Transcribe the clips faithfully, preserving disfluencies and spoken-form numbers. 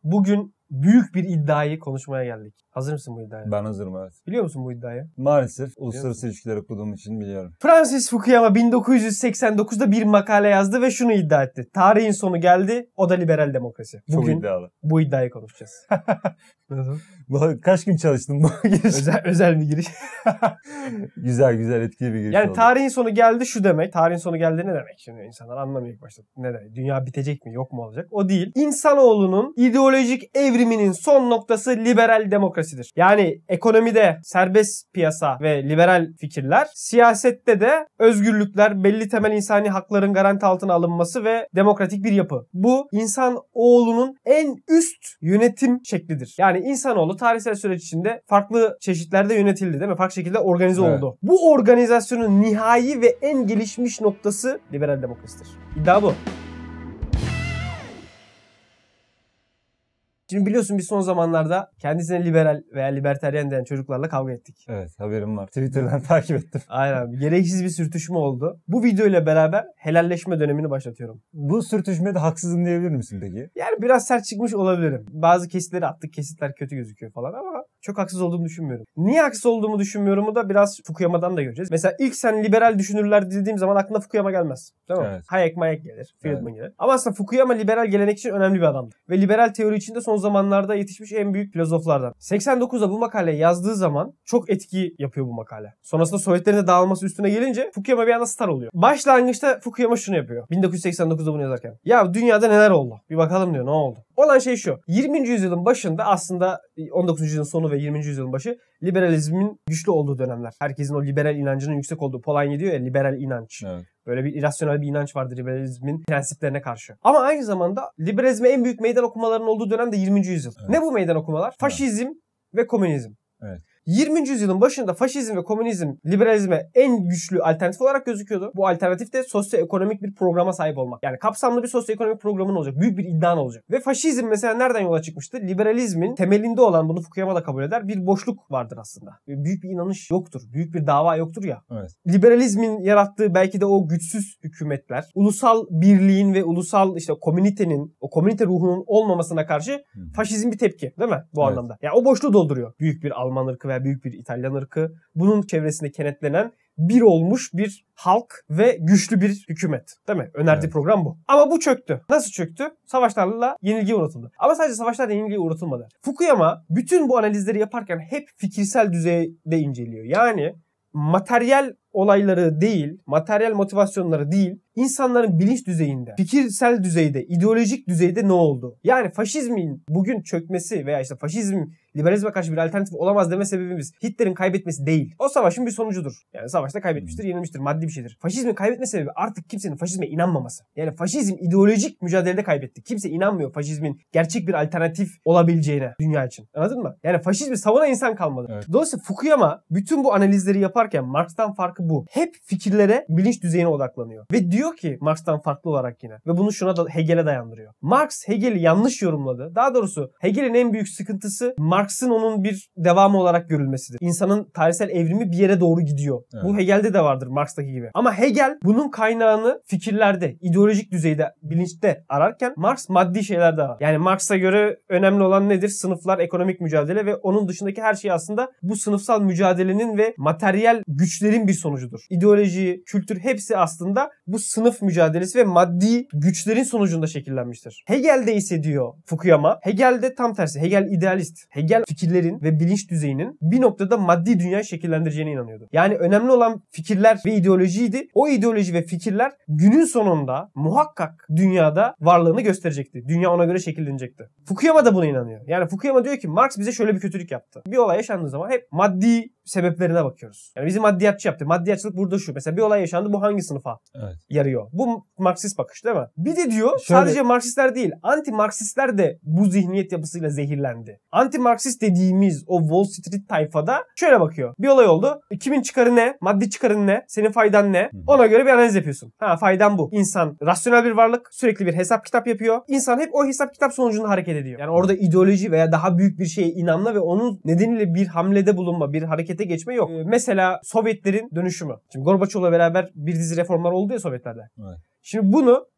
Bugün büyük bir iddiayı konuşmaya geldik. Hazır mısın bu iddiaya? Ben hazırım, evet. Biliyor musun bu iddiayı? Maalesef uluslararası ilişkiler okuduğum için biliyorum. Francis Fukuyama bin dokuz yüz seksen dokuzda bir makale yazdı ve şunu iddia etti. Tarihin sonu geldi, o da liberal demokrasi. Bugün Çok iddialı. bu iddiayı konuşacağız. Nasıl? Kaç gün çalıştın bu giriş? özel, özel bir giriş. Güzel güzel, etkili bir giriş Yani oldu. tarihin sonu geldi şu demek. Tarihin sonu geldi ne demek? Şimdi insanlar anlamıyor ilk başta. Ne demek? Dünya bitecek mi? Yok mu olacak? O değil. İnsanoğlunun ideolojik evriminin son noktası liberal demokrasidir. Yani ekonomide serbest piyasa ve liberal fikirler, siyasette de özgürlükler, belli temel insani hakların garanti altına alınması ve demokratik bir yapı. Bu insanoğlunun en üst yönetim şeklidir. Yani insanoğlu tarihsel süreç içinde farklı çeşitlerde yönetildi değil mi? Farklı şekilde organize Evet. oldu. Bu organizasyonun nihai ve en gelişmiş noktası liberal demokrasidir. İddia bu. Şimdi biliyorsun biz son zamanlarda kendisine liberal veya libertaryen diyen çocuklarla kavga ettik. Evet, haberim var. Twitter'dan takip ettim. Aynen. Gereksiz bir sürtüşme oldu. Bu videoyla beraber helalleşme dönemini başlatıyorum. Bu sürtüşmede haksızım diyebilir misin peki? Yani biraz sert çıkmış olabilirim. Bazı kesitleri attık. Kesitler kötü gözüküyor falan ama çok haksız olduğumu düşünmüyorum. Niye haksız olduğumu düşünmüyorumu da biraz Fukuyama'dan da göreceğiz. Mesela ilk sen liberal düşünürler dediğim zaman aklına Fukuyama gelmez. Değil mi? Evet. Hayek Mayek gelir. Friedman Evet. gelir. Ama aslında Fukuyama liberal gelenek için önemli bir adamdı. Ve liberal teori içinde son zamanlarda yetişmiş en büyük filozoflardan. seksen dokuzda bu makaleyi yazdığı zaman çok etki yapıyor bu makale. Sonrasında Sovyetlerin de dağılması üstüne gelince Fukuyama bir anda star oluyor. Başlangıçta Fukuyama şunu yapıyor. bin dokuz yüz seksen dokuzda bunu yazarken. Ya dünyada neler oldu? Bir bakalım diyor, ne oldu? Olan şey şu. yirminci yüzyılın başında aslında on dokuzuncu yüzyılın sonu ve yirminci yüzyılın başı liberalizmin güçlü olduğu dönemler. Herkesin o liberal inancının yüksek olduğu. Polanyi diyor ya, liberal inanç. Evet. Böyle bir irrasyonel bir inanç vardır liberalizmin prensiplerine karşı. Ama aynı zamanda liberalizme en büyük meydan okumalarının olduğu dönem de yirminci yüzyıl. Evet. Ne bu meydan okumalar? Faşizm ve komünizm. Evet. yirminci yüzyılın başında faşizm ve komünizm liberalizme en güçlü alternatif olarak gözüküyordu. Bu alternatif de sosyoekonomik bir programa sahip olmak. Yani kapsamlı bir sosyoekonomik programın olacak. Büyük bir iddian olacak. Ve faşizm mesela nereden yola çıkmıştı? Liberalizmin temelinde olan, bunu Fukuyama da kabul eder, bir boşluk vardır aslında. Büyük bir inanış yoktur. Büyük bir dava yoktur ya. Evet. Liberalizmin yarattığı belki de o güçsüz hükümetler, ulusal birliğin ve ulusal işte komünitenin, o komünite ruhunun olmamasına karşı Hı. faşizm bir tepki değil mi bu Evet. anlamda? Yani o boşluğu dolduruyor. Büyük bir Alman ırkı veya büyük bir İtalyan ırkı, bunun çevresinde kenetlenen bir olmuş bir halk ve güçlü bir hükümet. Değil mi? Önerdiği Evet. program bu. Ama bu çöktü. Nasıl çöktü? Savaşlarla yenilgiye uğratıldı. Ama sadece savaşlarla yenilgiye uğratılmadı. Fukuyama bütün bu analizleri yaparken hep fikirsel düzeyde inceliyor. Yani materyal olayları değil, materyal motivasyonları değil, insanların bilinç düzeyinde, fikirsel düzeyde, ideolojik düzeyde ne oldu? Yani faşizmin bugün çökmesi veya işte faşizm liberalizme karşı bir alternatif olamaz deme sebebimiz Hitler'in kaybetmesi değil. O savaşın bir sonucudur. Yani savaşta kaybetmiştir, yenilmiştir, maddi bir şeydir. Faşizmin kaybetme sebebi artık kimsenin faşizme inanmaması. Yani faşizm ideolojik mücadelede kaybetti. Kimse inanmıyor faşizmin gerçek bir alternatif olabileceğine dünya için. Anladın mı? Yani faşizmi savunan insan kalmadı. Evet. Dolayısıyla Fukuyama bütün bu analizleri yaparken Marx'tan farkı bu. Hep fikirlere, bilinç düzeyine odaklanıyor. Ve diyor ki Marx'tan farklı olarak yine. Ve bunu şuna da Hegel'e dayandırıyor. Marx Hegel'i yanlış yorumladı. Daha doğrusu Hegel'in en büyük sıkıntısı Marx'ın onun bir devamı olarak görülmesidir. İnsanın tarihsel evrimi bir yere doğru gidiyor. Evet. Bu Hegel'de de vardır, Marx'taki gibi. Ama Hegel bunun kaynağını fikirlerde, ideolojik düzeyde, bilinçte ararken Marx maddi şeylerde arar. Yani Marx'a göre önemli olan nedir? Sınıflar, ekonomik mücadele ve onun dışındaki her şey aslında bu sınıfsal mücadelenin ve materyal güçlerin bir sonucudur. İdeoloji, kültür hepsi aslında bu sınıf mücadelesi ve maddi güçlerin sonucunda şekillenmiştir. Hegel'de ise diyor Fukuyama, Hegel'de tam tersi. Hegel idealist. Hegel fikirlerin ve bilinç düzeyinin bir noktada maddi dünyayı şekillendireceğine inanıyordu. Yani önemli olan fikirler ve ideolojiydi. O ideoloji ve fikirler günün sonunda muhakkak dünyada varlığını gösterecekti. Dünya ona göre şekillenecekti. Fukuyama da buna inanıyor. Yani Fukuyama diyor ki Marx bize şöyle bir kötülük yaptı. Bir olay yaşandığı zaman hep maddi sebeplerine bakıyoruz. Yani bizi maddiyatçı yaptı. Maddiyatçılık burada şu. Mesela bir olay yaşandı, bu hangi sınıfa Evet. yarıyor? Bu Marksist bakış değil mi? Bir de diyor Şöyle... sadece Marksistler değil, anti-Marksistler de bu zihniyet yapısıyla zehirlendi. Anti-Marksist dediğimiz o Wall Street tayfada şöyle bakıyor. Bir olay oldu. Kimin çıkarı ne? Maddi çıkarın ne? Senin faydan ne? Ona göre bir analiz yapıyorsun. Ha, faydan bu. İnsan rasyonel bir varlık. Sürekli bir hesap kitap yapıyor. İnsan hep o hesap kitap sonucunda hareket ediyor. Yani orada ideoloji veya daha büyük bir şeye inanma ve onun nedeniyle bir hamlede bulunma, bir harekete geçme yok. Ee, mesela Sovyetlerin dönüşümü. Şimdi Gorbaçov'la beraber bir dizi reformlar oldu ya Sovyetlerde. Evet. Şimdi bunu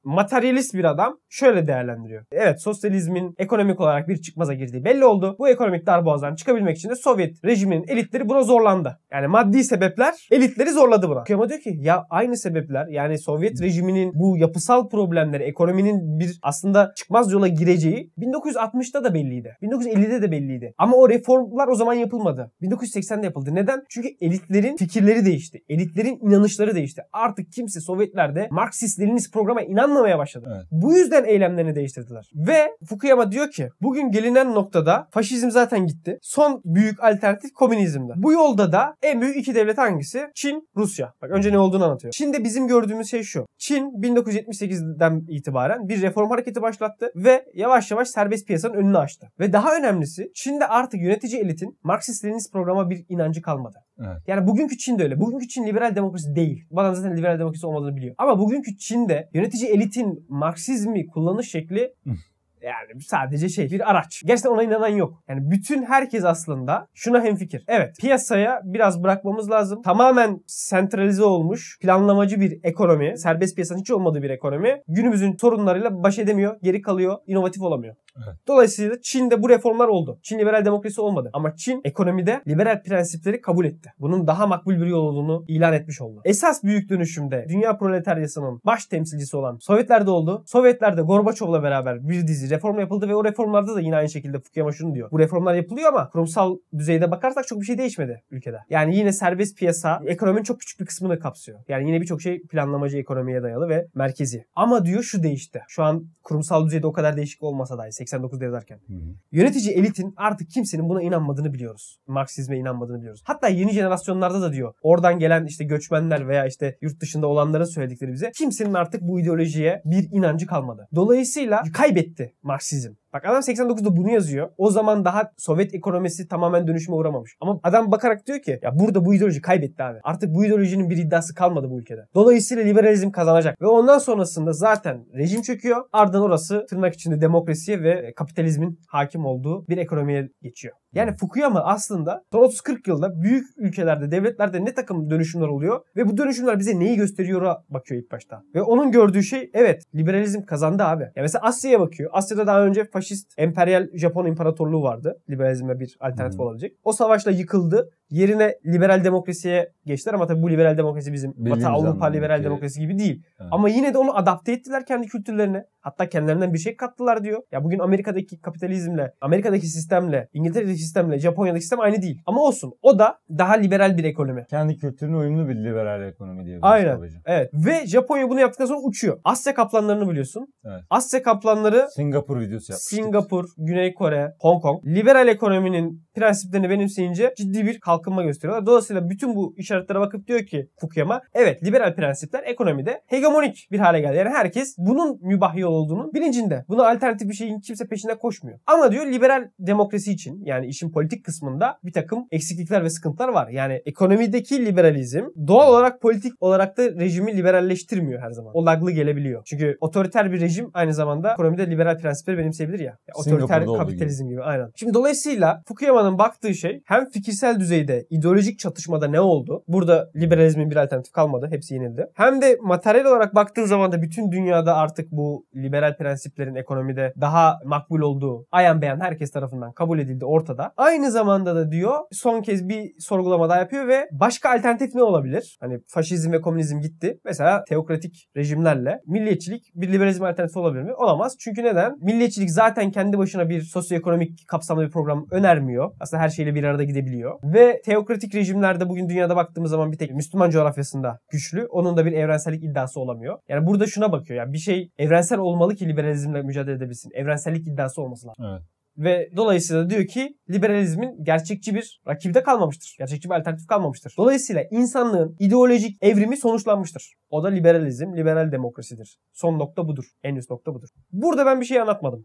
materyalist bir adam şöyle değerlendiriyor. Evet, sosyalizmin ekonomik olarak bir çıkmaza girdiği belli oldu. Bu ekonomik darboğazdan çıkabilmek için de Sovyet rejiminin elitleri buna zorlandı. Yani maddi sebepler elitleri zorladı buna. Fukuyama diyor ki ya aynı sebepler, yani Sovyet rejiminin bu yapısal problemleri, ekonominin bir aslında çıkmaz yola gireceği bin dokuz yüz altmışta da belliydi. bin dokuz yüz ellide de belliydi. Ama o reformlar o zaman yapılmadı. bin dokuz yüz seksende yapıldı. Neden? Çünkü elitlerin fikirleri değişti. Elitlerin inanışları değişti. Artık kimse Sovyetlerde Marksist-Leninist programa inanmamaya başladı. Evet. Bu yüzden eylemlerini değiştirdiler. Ve Fukuyama diyor ki bugün gelinen noktada faşizm zaten gitti. Son büyük alternatif komünizmdi. Bu yolda da en büyük iki devlet hangisi? Çin, Rusya. Bak önce ne olduğunu anlatıyor. Çin'de bizim gördüğümüz şey şu. Çin bin dokuz yüz yetmiş sekizden itibaren bir reform hareketi başlattı ve yavaş yavaş serbest piyasanın önünü açtı. Ve daha önemlisi Çin'de artık yönetici elitin Marksist-Leninist programa bir inancı kalmadı. Evet. Yani bugünkü Çin'de öyle. Bugünkü Çin liberal demokrasi değil. Bu adam zaten liberal demokrasi olmadığını biliyor. Ama bugünkü Çin'de yönetici elitin Marksizmi kullanış şekli yani sadece şey, bir araç. Gerçekten ona inanan yok. Yani bütün herkes aslında şuna hemfikir. Evet, piyasaya biraz bırakmamız lazım. Tamamen sentralize olmuş, planlamacı bir ekonomi, serbest piyasanın hiç olmadığı bir ekonomi günümüzün sorunlarıyla baş edemiyor, geri kalıyor, inovatif olamıyor. Evet. Dolayısıyla Çin'de bu reformlar oldu. Çin liberal demokrasi olmadı. Ama Çin ekonomide liberal prensipleri kabul etti. Bunun daha makbul bir yol olduğunu ilan etmiş oldu. Esas büyük dönüşümde dünya proletaryasının baş temsilcisi olan Sovyetler'de oldu. Sovyetler'de Gorbaçov'la beraber bir dizi reform yapıldı ve o reformlarda da yine aynı şekilde Fukuyama şunu diyor. Bu reformlar yapılıyor ama kurumsal düzeyde bakarsak çok bir şey değişmedi ülkede. Yani yine serbest piyasa ekonominin çok küçük bir kısmını kapsıyor. Yani yine birçok şey planlamacı ekonomiye dayalı ve merkezi. Ama diyor şu değişti. Şu an kurumsal düzeyde o kadar değişik olmasa dahi seksen dokuzda yazarken. Hı hı. Yönetici elitin artık kimsenin buna inanmadığını biliyoruz. Marksizme inanmadığını biliyoruz. Hatta yeni jenerasyonlarda da diyor. Oradan gelen işte göçmenler veya işte yurt dışında olanların söyledikleri bize kimsenin artık bu ideolojiye bir inancı kalmadı. Dolayısıyla kaybetti Marksizm. Bak adam seksen dokuzda bunu yazıyor. O zaman daha Sovyet ekonomisi tamamen dönüşüme uğramamış. Ama adam bakarak diyor ki ya burada bu ideoloji kaybetti abi. Artık bu ideolojinin bir iddiası kalmadı bu ülkede. Dolayısıyla liberalizm kazanacak. Ve ondan sonrasında zaten rejim çöküyor. Ardından orası tırnak içinde demokrasiye ve kapitalizmin hakim olduğu bir ekonomiye geçiyor. Yani Fukuyama aslında son otuz kırk yılda büyük ülkelerde, devletlerde ne takım dönüşümler oluyor ve bu dönüşümler bize neyi gösteriyor'a bakıyor ilk başta. Ve onun gördüğü şey evet liberalizm kazandı abi. Ya mesela Asya'ya bakıyor. Asya'da daha önce faşist, emperyal Japon İmparatorluğu vardı. Liberalizme bir alternatif hmm. olabilecek. O savaşla yıkıldı. Yerine liberal demokrasiye geçtiler ama tabii bu liberal demokrasi bizim Batı Avrupa liberal demokrasi gibi değil. Evet. Ama yine de onu adapte ettiler kendi kültürlerine. Hatta kendilerinden bir şey kattılar diyor. Ya bugün Amerika'daki kapitalizmle, Amerika'daki sistemle, İngiltere'deki sistemle, Japonya'daki sistem aynı değil. Ama olsun. O da daha liberal bir ekonomi. Kendi kültürüne uyumlu bir liberal ekonomi diye. Aynen. Evet. Ve Japonya bunu yaptıktan sonra uçuyor. Asya kaplanlarını biliyorsun. Evet. Asya kaplanları Singapur videosu yapmıştık. Singapur, Güney Kore, Hong Kong liberal ekonominin prensiplerini benimseyince ciddi bir kalkınma gösteriyorlar. Dolayısıyla bütün bu işaretlere bakıp diyor ki Fukuyama evet liberal prensipler ekonomide hegemonik bir hale geldi. Yani herkes bunun mübah yol olduğunu bilincinde. Buna alternatif bir şeyin kimse peşinden koşmuyor. Ama diyor liberal demokrasi için yani işin politik kısmında bir takım eksiklikler ve sıkıntılar var. Yani ekonomideki liberalizm doğal olarak politik olarak da rejimi liberalleştirmiyor her zaman. O laglı gelebiliyor. Çünkü otoriter bir rejim aynı zamanda ekonomide liberal prensipleri benimseyebilir ya. ya otoriter kapitalizm gibi. gibi. Aynen. Şimdi dolayısıyla Fukuyama'nın baktığı şey hem fikirsel düzeyde ideolojik çatışmada ne oldu? Burada liberalizmin bir alternatif kalmadı. Hepsi yenildi. Hem de materyal olarak baktığın zaman da bütün dünyada artık bu liberal prensiplerin ekonomide daha makbul olduğu ayan beyan herkes tarafından kabul edildi ortada. Aynı zamanda da diyor son kez bir sorgulama daha yapıyor ve başka alternatif ne olabilir? Hani faşizm ve komünizm gitti. Mesela teokratik rejimlerle milliyetçilik bir liberalizm alternatifi olabilir mi? Olamaz. Çünkü neden? Milliyetçilik zaten kendi başına bir sosyoekonomik kapsamlı bir program önermiyor. Aslında her şeyle bir arada gidebiliyor. Ve teokratik rejimlerde bugün dünyada baktığımız zaman bir tek Müslüman coğrafyasında güçlü. Onun da bir evrensellik iddiası olamıyor. Yani burada şuna bakıyor. Yani bir şey evrensel olmalı ki liberalizmle mücadele edebilsin. Evrensellik iddiası olması lazım. Evet. Ve dolayısıyla diyor ki liberalizmin gerçekçi bir rakibde kalmamıştır. Gerçekçi bir alternatif kalmamıştır. Dolayısıyla insanlığın ideolojik evrimi sonuçlanmıştır. O da liberalizm, liberal demokrasidir. Son nokta budur. En üst nokta budur. Burada ben bir şey anlatmadım.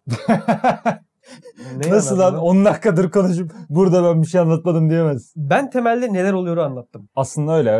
Nasıl lan? on dakikadır konuşup burada ben bir şey anlatmadım diyemez. Ben temelde neler oluyor anlattım. Aslında öyle evet.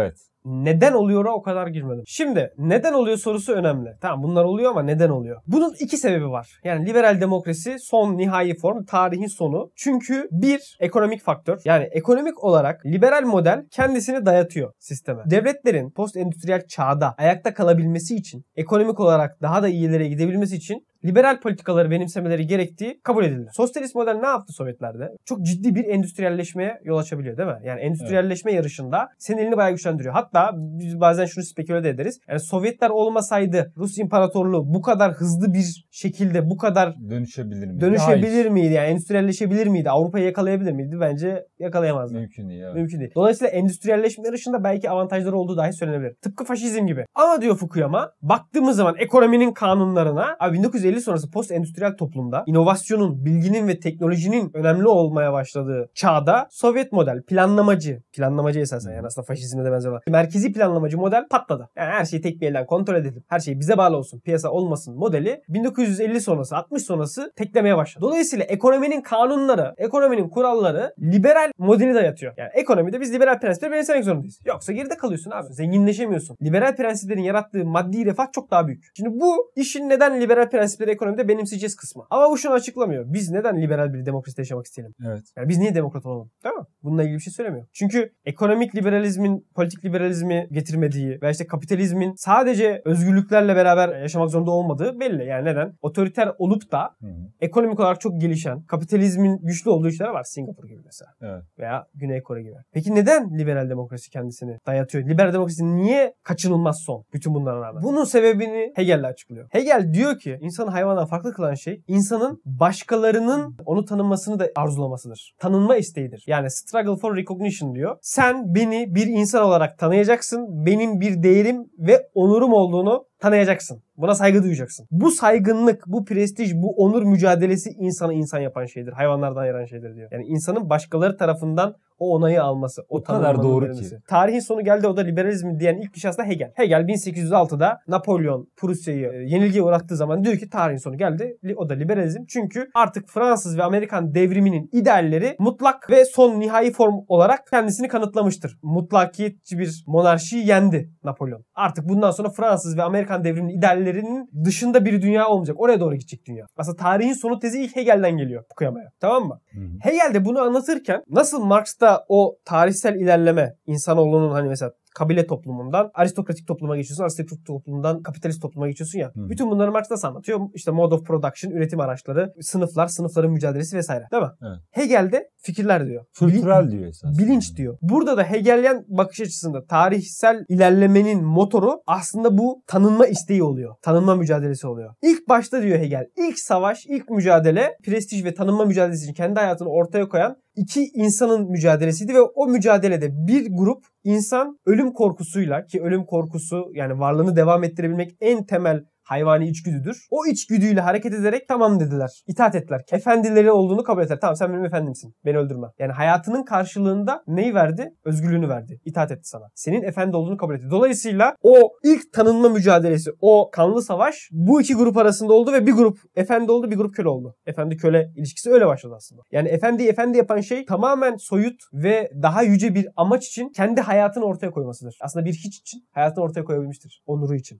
neden oluyor'a o kadar girmedim. Şimdi neden oluyor sorusu önemli. Tamam bunlar oluyor ama neden oluyor? Bunun iki sebebi var. Yani liberal demokrasi son nihai form, tarihin sonu. Çünkü bir ekonomik faktör. Yani ekonomik olarak liberal model kendisini dayatıyor sisteme. Devletlerin post-endüstriyel çağda ayakta kalabilmesi için, ekonomik olarak daha da iyilere gidebilmesi için liberal politikaları benimsemeleri gerektiği kabul edildi. Sosyalist model ne yaptı Sovyetlerde? Çok ciddi bir endüstriyelleşmeye yol açabiliyor değil mi? Yani endüstriyelleşme evet. yarışında senin elini bayağı güçlendiriyor. Hatta biz bazen şunu speküle de ederiz. Yani Sovyetler olmasaydı Rus İmparatorluğu bu kadar hızlı bir şekilde bu kadar dönüşebilir miydi? Dönüşebilir Hayır. miydi? Yani endüstriyelleşebilir miydi? Avrupa'yı yakalayabilir miydi? Bence yakalayamazdı. Mümkün değil. Evet. Mümkün değil. Dolayısıyla endüstriyelleşme yarışında belki avantajları olduğu dahi söylenebilir. Tıpkı faşizm gibi. Ama diyor Fukuyama, baktığımız zaman ekonominin kanunlarına abi bin dokuz yüz elli sonrası post-endüstriyel toplumda inovasyonun, bilginin ve teknolojinin önemli olmaya başladığı çağda Sovyet model, planlamacı, planlamacı esasen yani aslında faşizmle de benzer olan merkezi planlamacı model patladı. Yani her şeyi tek bir elden kontrol edelim. Her şey bize bağlı olsun, piyasa olmasın modeli bin dokuz yüz elli sonrası, altmış sonrası teklemeye başladı. Dolayısıyla ekonominin kanunları, ekonominin kuralları liberal modeli dayatıyor. Yani ekonomide biz liberal prensipleri benimsemek zorundayız. Yoksa geride kalıyorsun abi. Zenginleşemiyorsun. Liberal prensiplerin yarattığı maddi refah çok daha büyük. Şimdi bu işin neden liberal prensipleri ekonomide benimseyeceğiz kısmı. Ama bu şunu açıklamıyor. Biz neden liberal bir demokraside yaşamak isteyelim? Evet. Yani biz niye demokrat olalım? Değil mi? Bununla ilgili bir şey söylemiyor. Çünkü ekonomik liberalizmin, politik liberalizmi getirmediği veya işte kapitalizmin sadece özgürlüklerle beraber yaşamak zorunda olmadığı belli. Yani neden? Otoriter olup da hı hı. ekonomik olarak çok gelişen, kapitalizmin güçlü olduğu ülkeler var. Singapur gibi mesela. Evet. Veya Güney Kore gibi. Peki neden liberal demokrasi kendisini dayatıyor? Liberal demokrasi niye kaçınılmaz son? Bütün bunlara rağmen. Bunun sebebini Hegel'le açıklıyor. Hegel diyor ki insanı hayvandan farklı kılan şey insanın başkalarının onu tanınmasını da arzulamasıdır. Tanınma isteğidir. Yani struggle for recognition diyor. Sen beni bir insan olarak tanıyacaksın. Benim bir değerim ve onurum olduğunu tanıyacaksın. Buna saygı duyacaksın. Bu saygınlık, bu prestij, bu onur mücadelesi insanı insan yapan şeydir. Hayvanlardan ayıran şeydir diyor. Yani insanın başkaları tarafından o onayı alması. O, o kadar doğru verilmesi. ki. Tarihin sonu geldi, o da liberalizm diyen ilk kişi aslında Hegel. Hegel bin sekiz yüz altıda Napolyon Prusya'yı yenilgiye uğrattığı zaman diyor ki tarihin sonu geldi. O da liberalizm. Çünkü artık Fransız ve Amerikan devriminin idealleri mutlak ve son nihai form olarak kendisini kanıtlamıştır. Mutlakiyetçi bir monarşiyi yendi Napolyon. Artık bundan sonra Fransız ve Amerikan devriminin ideallerinin dışında bir dünya olmayacak. Oraya doğru gidecek dünya. Aslında tarihin sonu tezi ilk Hegel'den geliyor Fukuyama'ya. Tamam mı? Hı hı. Hegel de bunu anlatırken nasıl Marx'ta o tarihsel ilerleme insanoğlunun hani mesela kabile toplumundan aristokratik topluma geçiyorsun. Aristokratik toplumundan kapitalist topluma geçiyorsun ya. Hı. Bütün bunları Marx nasıl anlatıyor? İşte mode of production, üretim araçları, sınıflar, sınıfların mücadelesi vesaire. Değil mi? Evet. Hegel'de fikirler diyor. Kültürel diyor esasında. Bilinç diyor. Burada da Hegelian bakış açısında tarihsel ilerlemenin motoru aslında bu tanınma isteği oluyor. Tanınma mücadelesi oluyor. İlk başta diyor Hegel, ilk savaş, ilk mücadele, prestij ve tanınma mücadelesi için kendi hayatını ortaya koyan iki insanın mücadelesiydi ve o mücadelede bir grup insan ölüm korkusuyla, ki ölüm korkusu yani varlığını devam ettirebilmek en temel hayvani içgüdüdür. O içgüdüyle hareket ederek tamam dediler. İtaat ettiler. Efendileri olduğunu kabul ettiler. Tamam sen benim efendimsin. Beni öldürme. Yani hayatının karşılığında neyi verdi? Özgürlüğünü verdi. İtaat etti sana. Senin efendi olduğunu kabul etti. Dolayısıyla o ilk tanınma mücadelesi, o kanlı savaş bu iki grup arasında oldu ve bir grup efendi oldu, bir grup köle oldu. Efendi köle ilişkisi öyle başladı aslında. Yani efendiyi efendi yapan şey tamamen soyut ve daha yüce bir amaç için kendi hayatını ortaya koymasıdır. Aslında bir hiç için hayatını ortaya koyabilmiştir. Onuru için.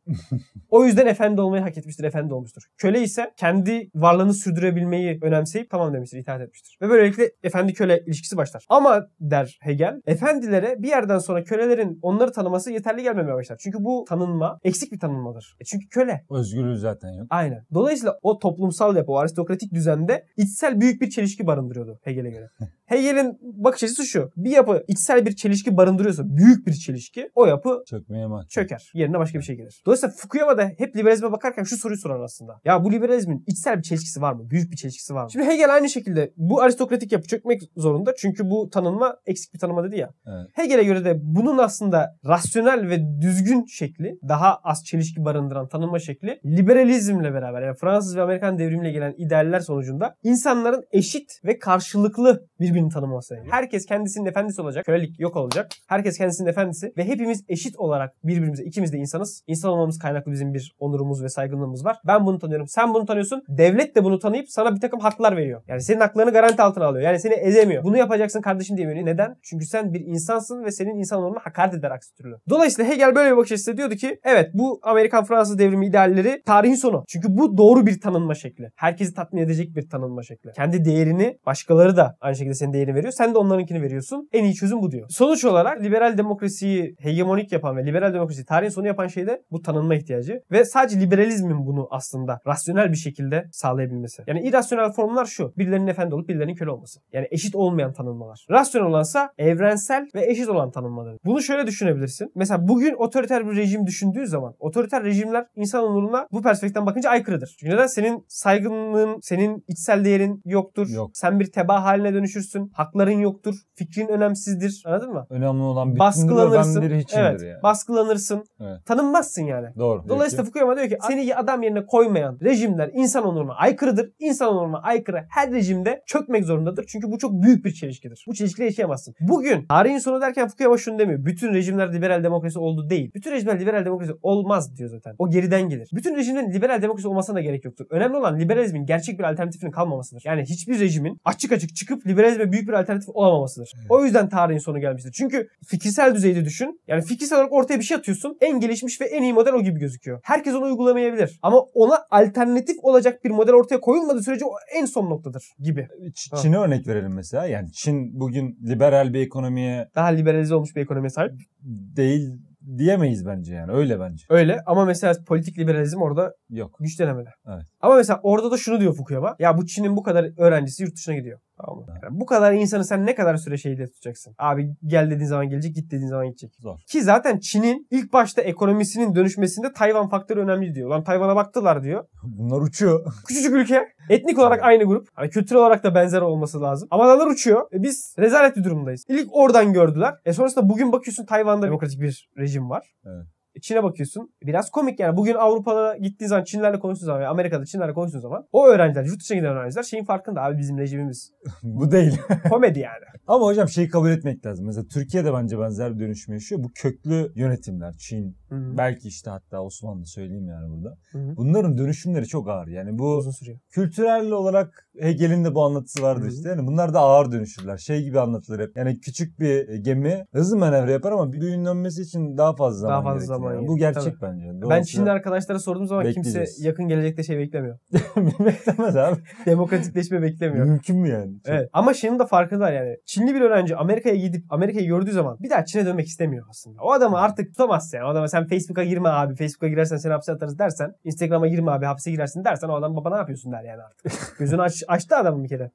O yüzden efendi olmayı hak etmiştir, efendi olmuştur. Köle ise kendi varlığını sürdürebilmeyi önemseyip tamam demiştir, itaat etmiştir. Ve böylelikle efendi-köle ilişkisi başlar. Ama der Hegel, efendilere bir yerden sonra kölelerin onları tanıması yeterli gelmemeye başlar. Çünkü bu tanınma eksik bir tanınmadır. E çünkü köle. Özgürlüğü zaten yok. Aynen. Dolayısıyla o toplumsal yapı, o aristokratik düzende içsel büyük bir çelişki barındırıyordu Hegel'e göre. Hegel'in bakış açısı şu. Bir yapı içsel bir çelişki barındırıyorsa, büyük bir çelişki, o yapı çökmeye mahkum. Çöker. Yerine başka bir şey gelir. Dolayısıyla Fukuyama da hep liberalizme bakarken şu soruyu sorar aslında. Ya bu liberalizmin içsel bir çelişkisi var mı? Büyük bir çelişkisi var mı? Şimdi Hegel aynı şekilde bu aristokratik yapı çökmek zorunda. Çünkü bu tanınma eksik bir tanınma dedi ya. Evet. Hegel'e göre de bunun aslında rasyonel ve düzgün şekli, daha az çelişki barındıran tanınma şekli liberalizmle beraber, yani Fransız ve Amerikan devrimiyle gelen idealler sonucunda insanların eşit ve karşılıklı birbirine birim tanımlaması. Herkes kendisinin efendisi olacak. Kölelik yok olacak. Herkes kendisinin efendisi ve hepimiz eşit olarak birbirimize, ikimiz de insanız. İnsan olmamız kaynaklı bizim bir onurumuz ve saygınlığımız var. Ben bunu tanıyorum. Sen bunu tanıyorsun. Devlet de bunu tanıyıp sana bir takım haklar veriyor. Yani senin haklarını garanti altına alıyor. Yani seni ezemiyor. Bunu yapacaksın kardeşim diyemiyor. Neden? Çünkü sen bir insansın ve senin insan onuruna hakaret eder aksi türlü. Dolayısıyla Hegel böyle bir bakış açısı diyordu ki evet bu Amerikan-Fransız devrimi idealleri tarihin sonu. Çünkü bu doğru bir tanınma şekli. Herkesi tatmin edecek bir tanınma şekli. Kendi değerini başkaları da aynı şekilde senin değerini veriyor. Sen de onlarınkini veriyorsun. En iyi çözüm bu diyor. Sonuç olarak liberal demokrasiyi hegemonik yapan ve liberal demokrasiyi tarihin sonu yapan şey de bu tanınma ihtiyacı. Ve sadece liberalizmin bunu aslında rasyonel bir şekilde sağlayabilmesi. Yani irrasyonel formlar şu. Birilerinin efendi olup birilerinin köle olması. Yani eşit olmayan tanınmalar. Rasyonel olansa evrensel ve eşit olan tanınmalar. Bunu şöyle düşünebilirsin. Mesela bugün otoriter bir rejim düşündüğü zaman otoriter rejimler insan onuruna bu perspektiften bakınca aykırıdır. Çünkü neden? Senin saygınlığın, senin içsel değerin yoktur. Yok. Sen bir tebaa haline dönüşürsün. Hakların yoktur. Fikrin önemsizdir. Anladın mı? Önemli olan bütündür ve baskılanırsın. benleri içindir Evet. yani. Baskılanırsın. Evet. Tanınmazsın yani. Doğru. Dolayısıyla Fukuyama diyor ki seni adam yerine koymayan rejimler insan onuruna aykırıdır. İnsan onuruna aykırı her rejimde çökmek zorundadır. Çünkü bu çok büyük bir çelişkidir. Bu çelişkiyle yaşayamazsın. Bugün tarihin sonu derken Fukuyama şunu demiyor. Bütün rejimler liberal demokrasi oldu değil. Bütün rejimler liberal demokrasi olmaz diyor zaten. O geriden gelir. Bütün rejimlerin liberal demokrasi olmasına da gerek yoktur. Önemli olan liberalizmin gerçek bir alternatifinin kalmamasıdır. Yani hiçbir rejimin açık açık çıkıp liberalizme büyük bir alternatif olamamasıdır. Evet. O yüzden tarihin sonu gelmiştir. Çünkü fikirsel düzeyde düşün. Yani fikirsel olarak ortaya bir şey atıyorsun. En gelişmiş ve en iyi model o gibi gözüküyor. Herkes onu uygulamayabilir. Ama ona alternatif olacak bir model ortaya koyulmadığı sürece o en son noktadır gibi. Ç- Çin'e örnek verelim mesela. Yani Çin bugün liberal bir ekonomiye daha liberalize olmuş bir ekonomiye sahip değil diyemeyiz bence yani. Öyle bence. Öyle ama mesela politik liberalizm orada yok. Güçlenemedi. Evet. Ama mesela orada da şunu diyor Fukuyama. Ya bu Çin'in bu kadar öğrencisi yurt dışına gidiyor. Tamam mı? Yani bu kadar insanı sen ne kadar süre şeyde tutacaksın? Abi gel dediğin zaman gelecek, git dediğin zaman gidecek. Zor. Ki zaten Çin'in ilk başta ekonomisinin dönüşmesinde Tayvan faktörü önemli diyor. Lan Tayvan'a baktılar diyor. Bunlar uçuyor. Küçücük ülke. Etnik olarak aynı grup. Hani kültürel olarak da benzer olması lazım. Ama adamlar uçuyor. E biz rezalet bir durumdayız. İlk oradan gördüler. E sonrasında bugün bakıyorsun Tayvan'da demokratik bir rejim var. Evet. Çin'e bakıyorsun. Biraz komik yani. Bugün Avrupa'da gittiğin zaman Çinlerle konuştuğun zaman, Amerika'da Çinlerle konuştuğun zaman o öğrenciler, yurt dışına giden öğrenciler şeyin farkında. Abi bizim rejimimiz bu değil. Komedi yani. Ama hocam şeyi kabul etmek lazım. Mesela Türkiye'de bence benzer bir dönüşüm yaşıyor. Bu köklü yönetimler. Çin, Hı-hı. belki işte hatta Osmanlı söyleyeyim yani burada. Hı-hı. Bunların dönüşümleri çok ağır. Yani bu uzun sürüyor. Kültürel olarak Hegel'in de bu anlatısı vardır Hı-hı. işte. Yani bunlar da ağır dönüşürler. Şey gibi anlatılır hep. Yani küçük bir gemi hızlı manevra yapar ama büyüğün dönmesi için daha fazla zaman daha fazla gerekir. zaman Yani. Bu gerçek Tabii. bence. Dolayısıyla ben Çinli arkadaşlara sorduğum zaman kimse yakın gelecekte şey beklemiyor. Beklemez abi. Demokratikleşme beklemiyor. Mümkün mü yani? Çok. Evet. Ama Çin'in de farkındalar yani. Çinli bir öğrenci Amerika'ya gidip Amerika'yı gördüğü zaman bir daha Çin'e dönmek istemiyor aslında. O adamı artık tutamazsın yani. O adama sen Facebook'a girme abi. Facebook'a girersen seni hapse atarız dersen. Instagram'a girme abi hapse girersin dersen o adam baba ne yapıyorsun der yani artık. Gözünü aç, açtı adamın bir kere.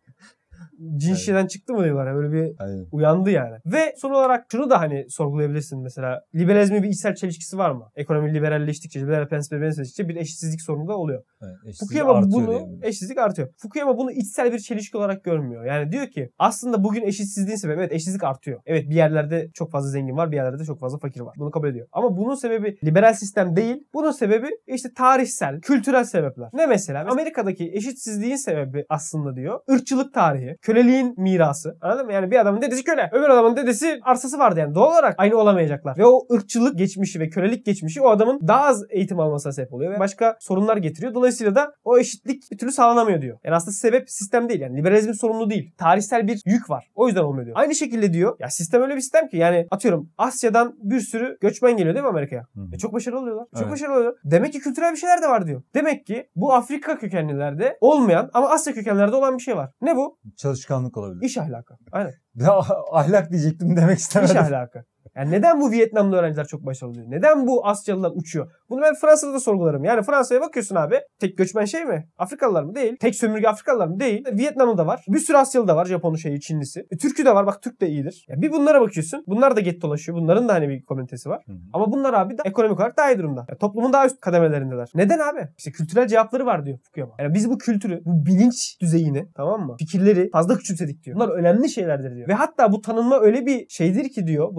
Cin şişeden çıktı mı diyorlar. Böyle bir Aynen. uyandı yani. Ve son olarak şunu da hani sorgulayabilirsin mesela. Liberalizmin bir içsel çelişkisi var mı? Ekonomi liberalleştikçe, liberal prensipleri benimsedikçe bir eşitsizlik sorunu da oluyor. Evet, Fukuyama bunu eşitsizlik artıyor. Fukuyama bunu içsel bir çelişki olarak görmüyor. Yani diyor ki aslında bugün eşitsizliğin sebebi evet eşitsizlik artıyor. Evet bir yerlerde çok fazla zengin var, bir yerlerde çok fazla fakir var. Bunu kabul ediyor. Ama bunun sebebi liberal sistem değil. Bunun sebebi işte tarihsel, kültürel sebepler. Ne mesela? Amerika'daki eşitsizliğin sebebi aslında diyor ırkçılık tarihi. Köleliğin mirası. Anladın mı? Yani bir adamın dedesi köle. Öbür adamın dedesi arsası vardı yani. Doğal olarak aynı olamayacaklar. Ve o ırkçılık geçmişi ve kölelik geçmişi o adamın daha az eğitim almasına sebep oluyor. Ve başka sorunlar getiriyor. Dolayısıyla da o eşitlik bir türlü sağlanamıyor diyor. Yani aslında sebep sistem değil. Yani liberalizmin sorumlu değil. Tarihsel bir yük var. O yüzden olmuyor diyor. Aynı şekilde diyor. Ya sistem öyle bir sistem ki yani atıyorum Asya'dan bir sürü göçmen geliyor değil mi Amerika'ya? E çok başarılı oluyorlar. Çok evet. başarılı oluyorlar. Demek ki kültürel bir şeyler de var diyor. Demek ki bu Afrika kökenlilerde olmayan ama Asya kökenlilerde olan bir şey var. Ne bu? Çalışkanlık olabilir. İş ahlakı. Aynen. Ya, ahlak diyecektim demek istemedim. İş ahlakı. Yani neden bu Vietnamlı öğrenciler çok başarılı oluyor? Neden bu Asyalılar uçuyor? Bunu ben Fransa'da da sorgularım. Yani Fransa'ya bakıyorsun abi. Tek göçmen şey mi? Afrikalılar mı? Değil. Tek sömürge Afrikalılar mı? Değil. Vietnamlı da var. Bir sürü Asyalı da var. Japonu şeyi, Çinlisi. E, Türk'ü de var. Bak Türk de iyidir. Ya bir bunlara bakıyorsun. Bunlar da get dolaşıyor. Bunların da hani bir komünitesi var. Hı hı. Ama bunlar abi de ekonomik olarak daha iyi durumda. Yani toplumun daha üst kademelerindeler. Neden abi? İşte kültürel cevapları var diyor Fukuyama. Yani biz bu kültürü, bu bilinç düzeyini, tamam mı? Fikirleri fazla küçümsedik diyor. Bunlar önemli şeylerdir diyor. Ve hatta bu tanınma öyle bir şeydir ki diyor. Bu tanınmanın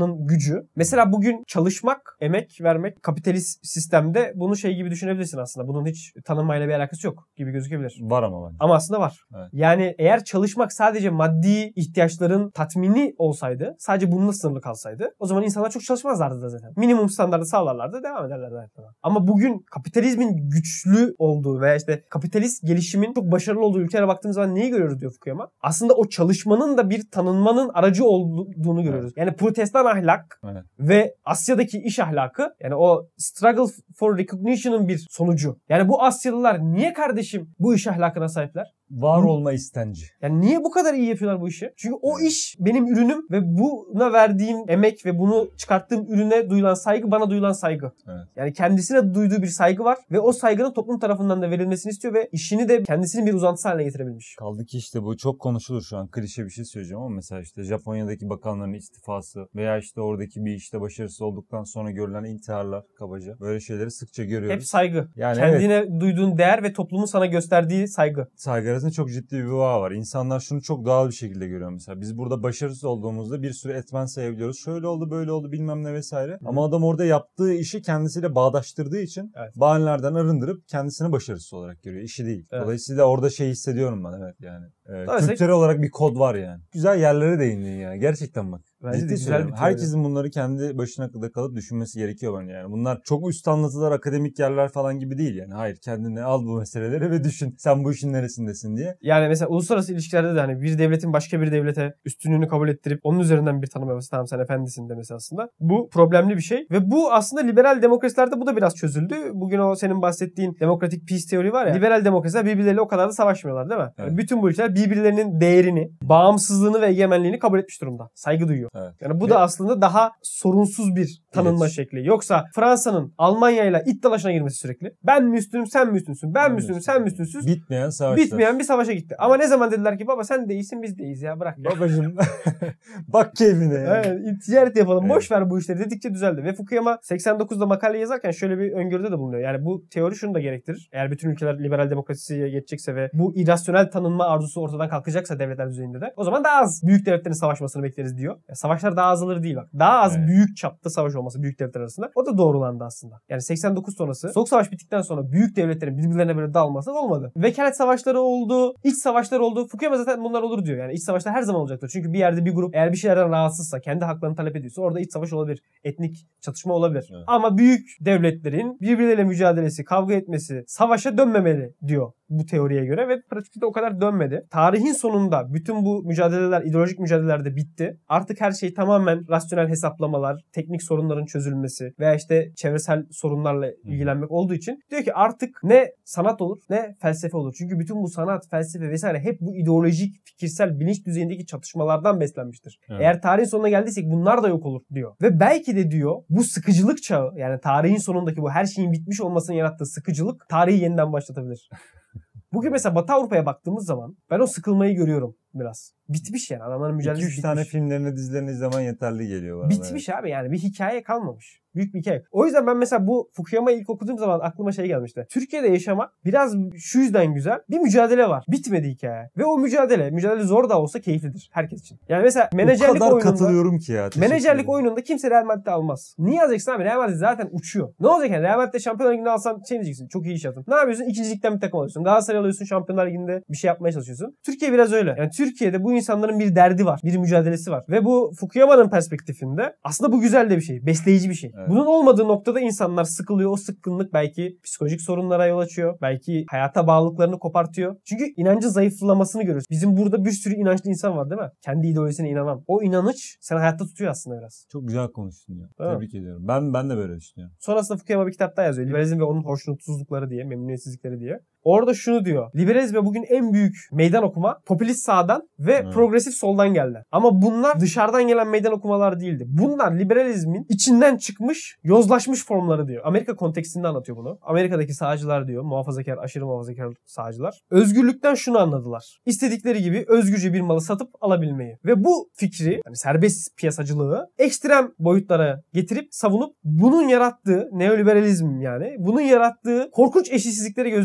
çalışmanın gücü. Mesela bugün çalışmak, emek vermek kapitalist sistemde bunu şey gibi düşünebilirsin aslında. Bunun hiç tanınmayla bir alakası yok gibi gözükebilir. Var ama bence. Ama aslında var. Evet. Yani eğer çalışmak sadece maddi ihtiyaçların tatmini olsaydı, sadece bununla sınırlı kalsaydı, o zaman insanlar çok çalışmazlardı da zaten. Minimum standartı sağlarlardı, devam ederlerdi hayatlarına. Ama bugün kapitalizmin güçlü olduğu veya işte kapitalist gelişimin çok başarılı olduğu ülkelere baktığımız zaman neyi görüyoruz diyor Fukuyama? Aslında o çalışmanın da bir tanınmanın aracı olduğunu görüyoruz. Evet. Yani protestan ahlak evet. ve Asya'daki iş ahlakı, yani o struggle for recognition'ın bir sonucu. Yani bu Asyalılar niye kardeşim bu iş ahlakına sahipler? Var olma istenci. Yani niye bu kadar iyi yapıyorlar bu işi? Çünkü o iş benim ürünüm ve buna verdiğim emek ve bunu çıkarttığım ürüne duyulan saygı bana duyulan saygı. Evet. Yani kendisine duyduğu bir saygı var ve o saygının toplum tarafından da verilmesini istiyor ve işini de kendisinin bir uzantısı haline getirebilmiş. Kaldı ki işte bu çok konuşulur şu an. Klişe bir şey söyleyeceğim ama mesela işte Japonya'daki bakanların istifası veya işte oradaki bir işte başarısız olduktan sonra görülen intiharlar kabaca. Böyle şeyleri sıkça görüyoruz. Hep saygı. Yani kendine evet. duyduğun değer ve toplumun sana gösterdiği saygı. Saygı arasında çok ciddi bir bağ var. İnsanlar şunu çok doğal bir şekilde görüyor mesela. Biz burada başarısız olduğumuzda bir sürü etmen sayabiliyoruz. Şöyle oldu, böyle oldu, bilmem ne vesaire. Hı. Ama adam orada yaptığı işi kendisiyle bağdaştırdığı için evet. bahanelerden arındırıp kendisini başarısız olarak görüyor. İşi değil. Evet. Dolayısıyla orada şey hissediyorum ben evet yani. E, kültürel olarak bir kod var yani. Güzel yerlere değindin yani. Gerçekten bak. Bence ciddi güzel bir herkesin bunları kendi başına da kalıp düşünmesi gerekiyor bence yani. Bunlar çok üst anlatılar, akademik yerler falan gibi değil yani. Hayır, kendine al bu meseleleri ve düşün. Sen bu işin neresindesin diye. Yani mesela uluslararası ilişkilerde de hani bir devletin başka bir devlete üstünlüğünü kabul ettirip onun üzerinden bir tanım yapması, tamam sen efendisin demesi aslında. Bu problemli bir şey ve bu aslında liberal demokrasilerde bu da biraz çözüldü. Bugün o senin bahsettiğin demokratik peace teori var ya. Liberal demokrasiler birbirleriyle o kadar da savaşmıyorlar değil mi? Evet. Yani bütün bu ülkeler birbirlerinin değerini, bağımsızlığını ve egemenliğini kabul etmiş durumda. Saygı duyuyor. Evet. Yani bu ve da aslında daha sorunsuz bir tanınma evet. şekli. Yoksa Fransa'nın Almanya'yla it dalaşına girmesi sürekli. Ben mi üstünüm, sen mi üstünsün? Ben mi üstünüm, sen mi üstünsüz? Bitmeyen savaşlar. Bitmeyen bir savaşa gitti. Ama ne zaman dediler ki baba sen de iyisin, biz de iyiyiz ya, bırak. Babacım bak keyfine ya. Evet, ticaret yapalım. Evet. Boş ver bu işleri dedikçe düzeldi. Ve Fukuyama seksen dokuzda makale yazarken şöyle bir öngörüde de bulunuyor. Yani bu teori şunu da gerektirir. Eğer bütün ülkeler liberal demokrasiye geçecekse ve bu irrasyonel tanınma arzusu ortadan kalkacaksa devletler düzeyinde de, o zaman daha az büyük devletlerin savaşmasını bekleriz diyor. Yani savaşlar daha azalır değil bak. Daha az evet. büyük çapta savaş olması büyük devletler arasında. O da doğrulandı aslında. Yani seksen dokuz sonrası Soğuk Savaş bittikten sonra büyük devletlerin birbirlerine böyle dalması olmadı. Vekalet savaşları oldu, iç savaşlar oldu. Fukuyama zaten bunlar olur diyor. Yani iç savaşlar her zaman olacaktır. Çünkü bir yerde bir grup eğer bir şeylerden rahatsızsa, kendi haklarını talep ediyorsa orada iç savaş olabilir. Etnik çatışma olabilir. Evet. Ama büyük devletlerin birbirleriyle mücadelesi, kavga etmesi, savaşa dönmemeli diyor bu teoriye göre ve pratikte de o kadar dönmedi. Tarihin sonunda bütün bu mücadeleler, ideolojik mücadeleler de bitti. Artık her şey tamamen rasyonel hesaplamalar, teknik sorunların çözülmesi veya işte çevresel sorunlarla ilgilenmek olduğu için diyor ki artık ne sanat olur ne felsefe olur. Çünkü bütün bu sanat, felsefe vesaire hep bu ideolojik, fikirsel, bilinç düzeyindeki çatışmalardan beslenmiştir. Evet. Eğer tarihin sonuna geldiysek bunlar da yok olur diyor. Ve belki de diyor bu sıkıcılık çağı, yani tarihin sonundaki bu her şeyin bitmiş olmasının yarattığı sıkıcılık tarihi yeniden başlatabilir. Bugün mesela Batı Avrupa'ya baktığımız zaman ben o sıkılmayı görüyorum biraz. Bitmiş yani. Adamların mücadelesi bitmiş. iki üç tane filmlerini, dizilerini izlemen yeterli geliyor bana. Bitmiş evet. Abi yani bir hikaye kalmamış. Büyük bir hikaye. O yüzden ben mesela bu Fukuyama'yı ilk okuduğum zaman aklıma şey gelmişti. Türkiye'de yaşamak biraz şu yüzden güzel. Bir mücadele var. Bitmedi hikaye. Ve o mücadele, mücadele zor da olsa keyiflidir herkes için. Yani mesela menajerlik oyununda... O kadar katılıyorum ki ya. Menajerlik oyununda kimse Real Madrid'de almaz. Niye alacaksın abi? Real Madrid zaten uçuyor. Ne olacak yani? Real Madrid'de Şampiyonlar Ligi'nde alsan şey diyeceksin. Çok iyi iş yaptın. Ne yapıyorsun? İkincilikten bir takım alıyorsun. Galatasaray alıyorsun. Şampiyonlar Ligi'nde bir şey yapmaya çalışıyorsun. Türkiye biraz öyle. Yani Türkiye'de bu insanların bir derdi var. Bir mücadelesi var. Ve bu Fukuyama'nın perspektifinde aslında bu güzel de bir şey. Besleyici bir şey. Evet. Bunun olmadığı noktada insanlar sıkılıyor. O sıkkınlık belki psikolojik sorunlara yol açıyor. Belki hayata bağlılıklarını kopartıyor. Çünkü inancın zayıflamasını görüyoruz. Bizim burada bir sürü inançlı insan var değil mi? Kendi ideolojisine inanan. O inanış seni hayatta tutuyor aslında biraz. Çok güzel konuştun ya. Değil Tebrik mi? ediyorum. Ben ben de böyle düşünüyorum. Sonrasında Fukuyama bir kitap daha yazıyor. Liberalizm ve onun hoşnutsuzlukları diye, memnuniyetsizlikleri diye. Orada şunu diyor. Liberalizme bugün en büyük meydan okuma popülist sağdan ve hmm. progresif soldan geldi. Ama bunlar dışarıdan gelen meydan okumalar değildi. Bunlar liberalizmin içinden çıkmış, yozlaşmış formları diyor. Amerika kontekstinde anlatıyor bunu. Amerika'daki sağcılar diyor, muhafazakar, aşırı muhafazakar sağcılar. Özgürlükten şunu anladılar. İstedikleri gibi özgürce bir malı satıp alabilmeyi. Ve bu fikri, yani serbest piyasacılığı ekstrem boyutlara getirip savunup bunun yarattığı neoliberalizm yani, bunun yarattığı korkunç eşitsizlikleri gözlerini tıkadılar.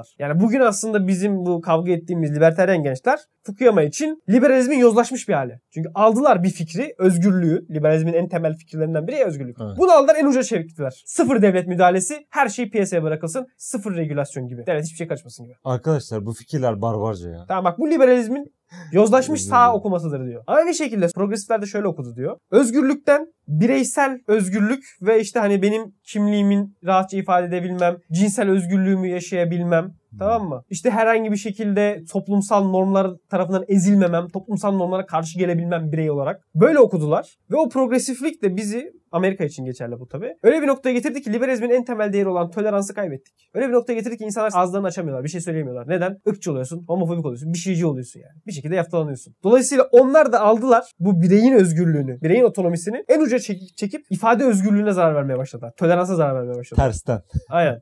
aldılar. Yani bugün aslında bizim bu kavga ettiğimiz libertaryen gençler Fukuyama için liberalizmin yozlaşmış bir hali. Çünkü aldılar bir fikri, özgürlüğü. Liberalizmin en temel fikirlerinden biri ya özgürlük. Evet. Bunu aldılar, en uca çevirdiler. Sıfır devlet müdahalesi, her şey piyasaya bırakılsın. Sıfır regülasyon gibi. Devlet hiçbir şey karışmasın gibi. Arkadaşlar bu fikirler barbarca ya. Tamam bak, bu liberalizmin yozlaşmış sağ okumasıdır diyor. Aynı şekilde progresifler de şöyle okudu diyor. Özgürlükten bireysel özgürlük ve işte hani benim kimliğimin rahatça ifade edebilmem, cinsel özgürlüğümü yaşayabilmem, tamam mı? İşte herhangi bir şekilde toplumsal normlar tarafından ezilmemem, toplumsal normlara karşı gelebilmem birey olarak. Böyle okudular ve o progresiflik de bizi, Amerika için geçerli bu tabii, öyle bir noktaya getirdi ki liberalizmin en temel değeri olan toleransı kaybettik. Öyle bir noktaya getirdi ki insanlar ağızlarını açamıyorlar, bir şey söyleyemiyorlar. Neden? Irkçı oluyorsun, homofobik oluyorsun, bir şeyci oluyorsun yani. Bir şekilde yaftalanıyorsun. Dolayısıyla onlar da aldılar bu bireyin özgürlüğünü, bireyin otonomisini en uca çekip, çekip ifade özgürlüğüne zarar vermeye başladılar. Toleransa zarar vermeye başladılar. Tersten. Aynen.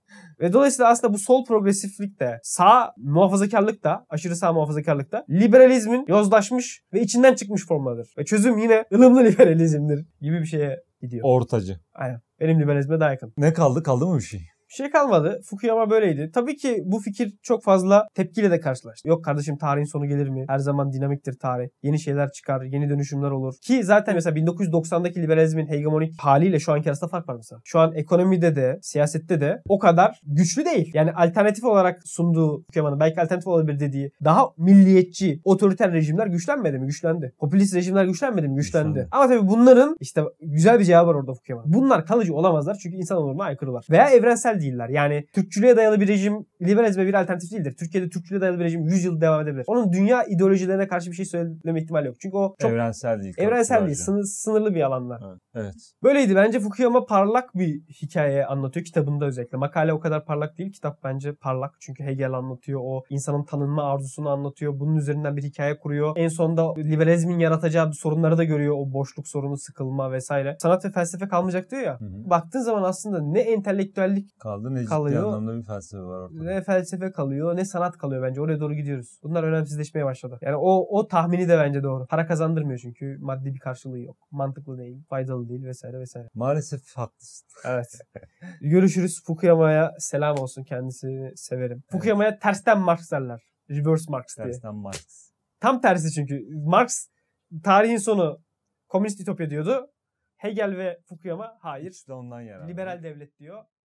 Ve dolayısıyla aslında bu sol progresiflik de, sağ muhafazakarlık da, aşırı sağ muhafazakarlık da liberalizmin yozlaşmış ve içinden çıkmış formlarıdır. Ve çözüm yine ılımlı liberalizmdir gibi bir şeye gidiyor. Ortacı. Aynen. Benim liberalizme daha yakın. Ne kaldı? Kaldı mı bir şey? Bir şey kalmadı. Fukuyama böyleydi. Tabii ki bu fikir çok fazla tepkiyle de karşılaştı. Yok kardeşim, tarihin sonu gelir mi? Her zaman dinamiktir tarih. Yeni şeyler çıkar, yeni dönüşümler olur. Ki zaten mesela bin dokuz yüz doksandaki liberalizmin hegemonik haliyle şu anki arasında fark var mesela. Şu an ekonomide de, siyasette de o kadar güçlü değil. Yani alternatif olarak sunduğu Fukuyama'nın, belki alternatif olabilir dediği daha milliyetçi, otoriter rejimler güçlenmedi mi? Güçlendi. Popülist rejimler güçlenmedi mi? Güçlendi. Güçlendi. Ama tabii bunların işte güzel bir cevabı var orada Fukuyama'nın. Bunlar kalıcı olamazlar çünkü insan onuruna aykırılar. Veya evrensel değiller. Yani Türkçülüğe dayalı bir rejim liberalizme bir alternatif değildir. Türkiye'de Türkçülüğe dayalı bir rejim yüz yıl devam edebilir. Onun dünya ideolojilerine karşı bir şey söyleme ihtimali yok. Çünkü o çok evrensel değil. Evrensel değil. Sınır, sınırlı bir alanlar. Evet, evet. Böyleydi. Bence Fukuyama parlak bir hikaye anlatıyor. Kitabında özellikle. Makale o kadar parlak değil. Kitap bence parlak. Çünkü Hegel anlatıyor. O insanın tanınma arzusunu anlatıyor. Bunun üzerinden bir hikaye kuruyor. En sonunda liberalizmin yaratacağı sorunları da görüyor. O boşluk sorunu, sıkılma vesaire. Sanat ve felsefe kalmayacak diyor ya. Hı hı. Baktığın zaman aslında ne entelektüellik kaldı, ne kalıyor. ciddi anlamda bir felsefe var ortada. Ne felsefe kalıyor, ne sanat kalıyor bence. Oraya doğru gidiyoruz. Bunlar önemsizleşmeye başladı. Yani o o tahmini de bence doğru. Para kazandırmıyor çünkü maddi bir karşılığı yok. Mantıklı değil, faydalı değil vesaire vesaire. Maalesef haklısın. Evet. Görüşürüz. Fukuyama'ya selam olsun. Kendisini severim. Evet. Fukuyama'ya tersten Marx derler. Reverse Marx diye. Tersten Marx. Tam tersi çünkü. Marx tarihin sonu komünist ütopya diyordu. Hegel ve Fukuyama hayır. İşte ondan yarar. Liberal devlet diyor.